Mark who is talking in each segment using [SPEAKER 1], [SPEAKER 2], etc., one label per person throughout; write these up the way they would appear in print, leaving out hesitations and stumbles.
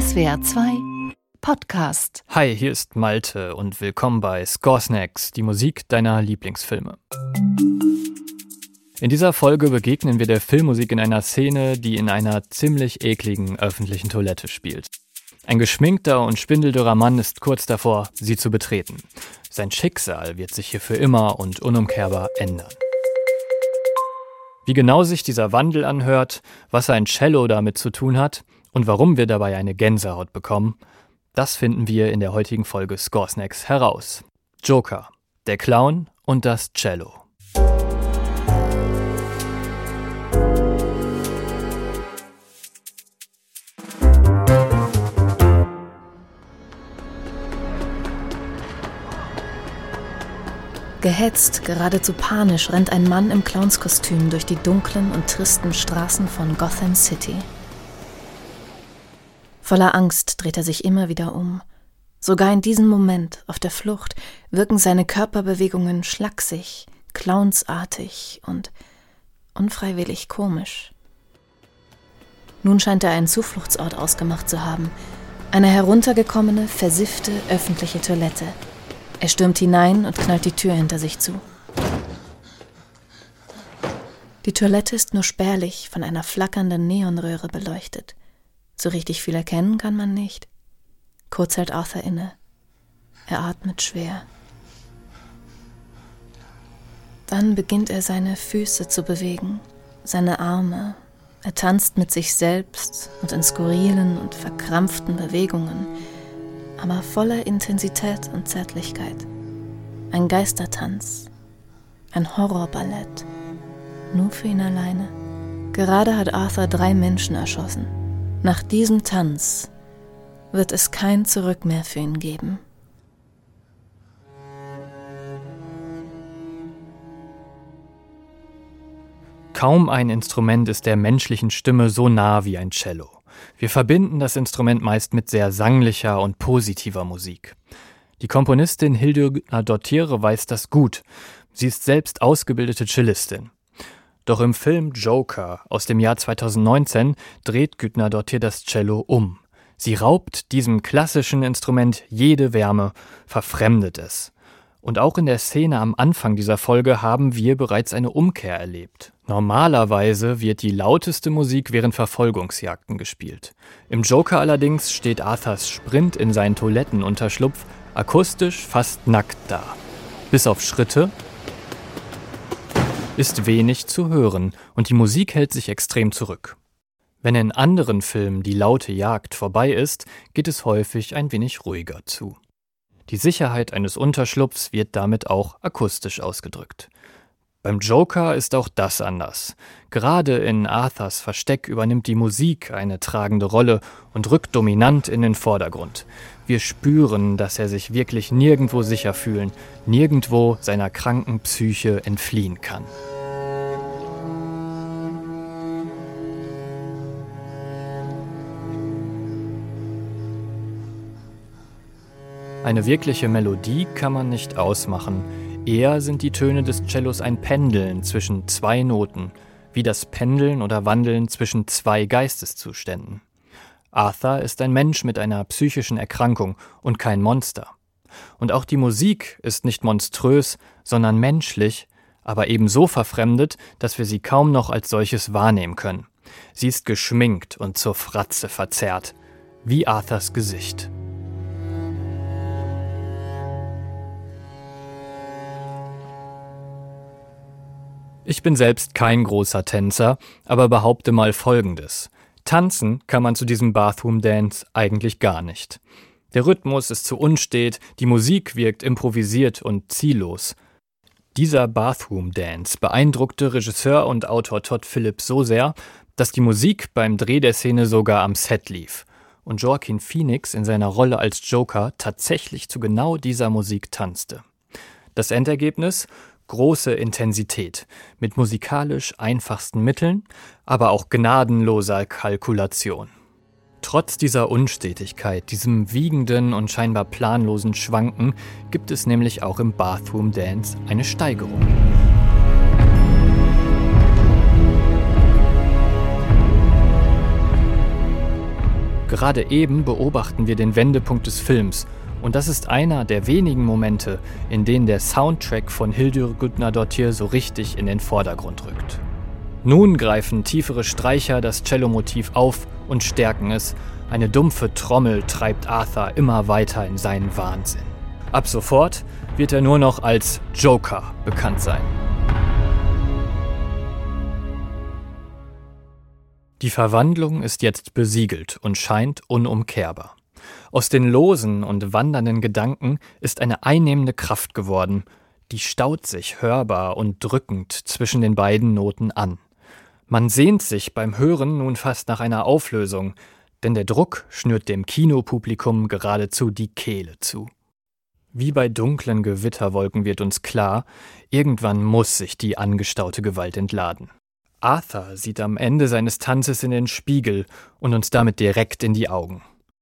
[SPEAKER 1] SWR 2 Podcast.
[SPEAKER 2] Hi, hier ist Malte und willkommen bei Score Snacks, die Musik deiner Lieblingsfilme. In dieser Folge begegnen wir der Filmmusik in einer Szene, die in einer ziemlich ekligen öffentlichen Toilette spielt. Ein geschminkter und spindeldürrer Mann ist kurz davor, sie zu betreten. Sein Schicksal wird sich hier für immer und unumkehrbar ändern. Wie genau sich dieser Wandel anhört, was ein Cello damit zu tun hat und warum wir dabei eine Gänsehaut bekommen, das finden wir in der heutigen Folge Score Snacks heraus. Joker, der Clown und das Cello.
[SPEAKER 3] Gehetzt, geradezu panisch rennt ein Mann im Clownskostüm durch die dunklen und tristen Straßen von Gotham City. Voller Angst dreht er sich immer wieder um. Sogar in diesem Moment, auf der Flucht, wirken seine Körperbewegungen schlaksig, clownsartig und unfreiwillig komisch. Nun scheint er einen Zufluchtsort ausgemacht zu haben. Eine heruntergekommene, versiffte öffentliche Toilette. Er stürmt hinein und knallt die Tür hinter sich zu. Die Toilette ist nur spärlich von einer flackernden Neonröhre beleuchtet. So richtig viel erkennen kann man nicht. Kurz hält Arthur inne. Er atmet schwer. Dann beginnt er seine Füße zu bewegen, seine Arme. Er tanzt mit sich selbst und in skurrilen und verkrampften Bewegungen, aber voller Intensität und Zärtlichkeit. Ein Geistertanz, ein Horrorballett, nur für ihn alleine. Gerade hat Arthur 3 Menschen erschossen. Nach diesem Tanz wird es kein Zurück mehr für ihn geben.
[SPEAKER 2] Kaum ein Instrument ist der menschlichen Stimme so nah wie ein Cello. Wir verbinden das Instrument meist mit sehr sanglicher und positiver Musik. Die Komponistin Hildegard Dottir weiß das gut. Sie ist selbst ausgebildete Cellistin. Doch im Film Joker aus dem Jahr 2019 dreht Güdner Dottir das Cello um. Sie raubt diesem klassischen Instrument jede Wärme, verfremdet es. Und auch in der Szene am Anfang dieser Folge haben wir bereits eine Umkehr erlebt. Normalerweise wird die lauteste Musik während Verfolgungsjagden gespielt. Im Joker allerdings steht Arthurs Sprint in seinen Toilettenunterschlupf akustisch fast nackt da. Bis auf Schritte ist wenig zu hören und die Musik hält sich extrem zurück. Wenn in anderen Filmen die laute Jagd vorbei ist, geht es häufig ein wenig ruhiger zu. Die Sicherheit eines Unterschlupfs wird damit auch akustisch ausgedrückt. Beim Joker ist auch das anders. Gerade in Arthurs Versteck übernimmt die Musik eine tragende Rolle und rückt dominant in den Vordergrund. Wir spüren, dass er sich wirklich nirgendwo sicher fühlen, nirgendwo seiner kranken Psyche entfliehen kann. Eine wirkliche Melodie kann man nicht ausmachen. Eher sind die Töne des Cellos ein Pendeln zwischen 2 Noten, wie das Pendeln oder Wandeln zwischen 2 Geisteszuständen. Arthur ist ein Mensch mit einer psychischen Erkrankung und kein Monster. Und auch die Musik ist nicht monströs, sondern menschlich, aber eben so verfremdet, dass wir sie kaum noch als solches wahrnehmen können. Sie ist geschminkt und zur Fratze verzerrt, wie Arthurs Gesicht. Ich bin selbst kein großer Tänzer, aber behaupte mal Folgendes. Tanzen kann man zu diesem Bathroom Dance eigentlich gar nicht. Der Rhythmus ist zu unstet, die Musik wirkt improvisiert und ziellos. Dieser Bathroom Dance beeindruckte Regisseur und Autor Todd Phillips so sehr, dass die Musik beim Dreh der Szene sogar am Set lief und Joaquin Phoenix in seiner Rolle als Joker tatsächlich zu genau dieser Musik tanzte. Das Endergebnis? Große Intensität, mit musikalisch einfachsten Mitteln, aber auch gnadenloser Kalkulation. Trotz dieser Unstetigkeit, diesem wiegenden und scheinbar planlosen Schwanken, gibt es nämlich auch im Bathroom Dance eine Steigerung. Gerade eben beobachten wir den Wendepunkt des Films und das ist einer der wenigen Momente, in denen der Soundtrack von Hildur Gudnadóttir so richtig in den Vordergrund rückt. Nun greifen tiefere Streicher das Cellomotiv auf und stärken es. Eine dumpfe Trommel treibt Arthur immer weiter in seinen Wahnsinn. Ab sofort wird er nur noch als Joker bekannt sein. Die Verwandlung ist jetzt besiegelt und scheint unumkehrbar. Aus den losen und wandernden Gedanken ist eine einnehmende Kraft geworden, die staut sich hörbar und drückend zwischen den beiden Noten an. Man sehnt sich beim Hören nun fast nach einer Auflösung, denn der Druck schnürt dem Kinopublikum geradezu die Kehle zu. Wie bei dunklen Gewitterwolken wird uns klar, irgendwann muss sich die angestaute Gewalt entladen. Arthur sieht am Ende seines Tanzes in den Spiegel und uns damit direkt in die Augen.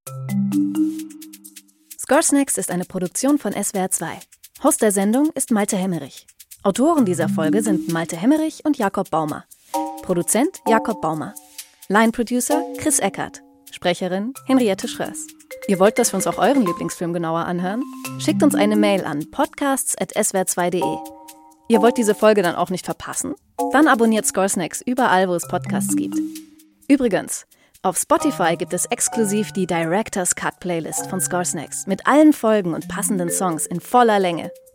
[SPEAKER 3] Scoresnacks ist eine Produktion von SWR 2. Host der Sendung ist Malte Hemmerich. Autoren dieser Folge sind Malte Hemmerich und Jakob Baumer. Produzent Jakob Baumer. Line-Producer Chris Eckert. Sprecherin Henriette Schröers. Ihr wollt, dass wir uns auch euren Lieblingsfilm genauer anhören? Schickt uns eine Mail an podcasts@swr2.de. Ihr wollt diese Folge dann auch nicht verpassen? Dann abonniert Scoresnacks überall, wo es Podcasts gibt. Übrigens, auf Spotify gibt es exklusiv die Director's Cut Playlist von Scoresnacks mit allen Folgen und passenden Songs in voller Länge.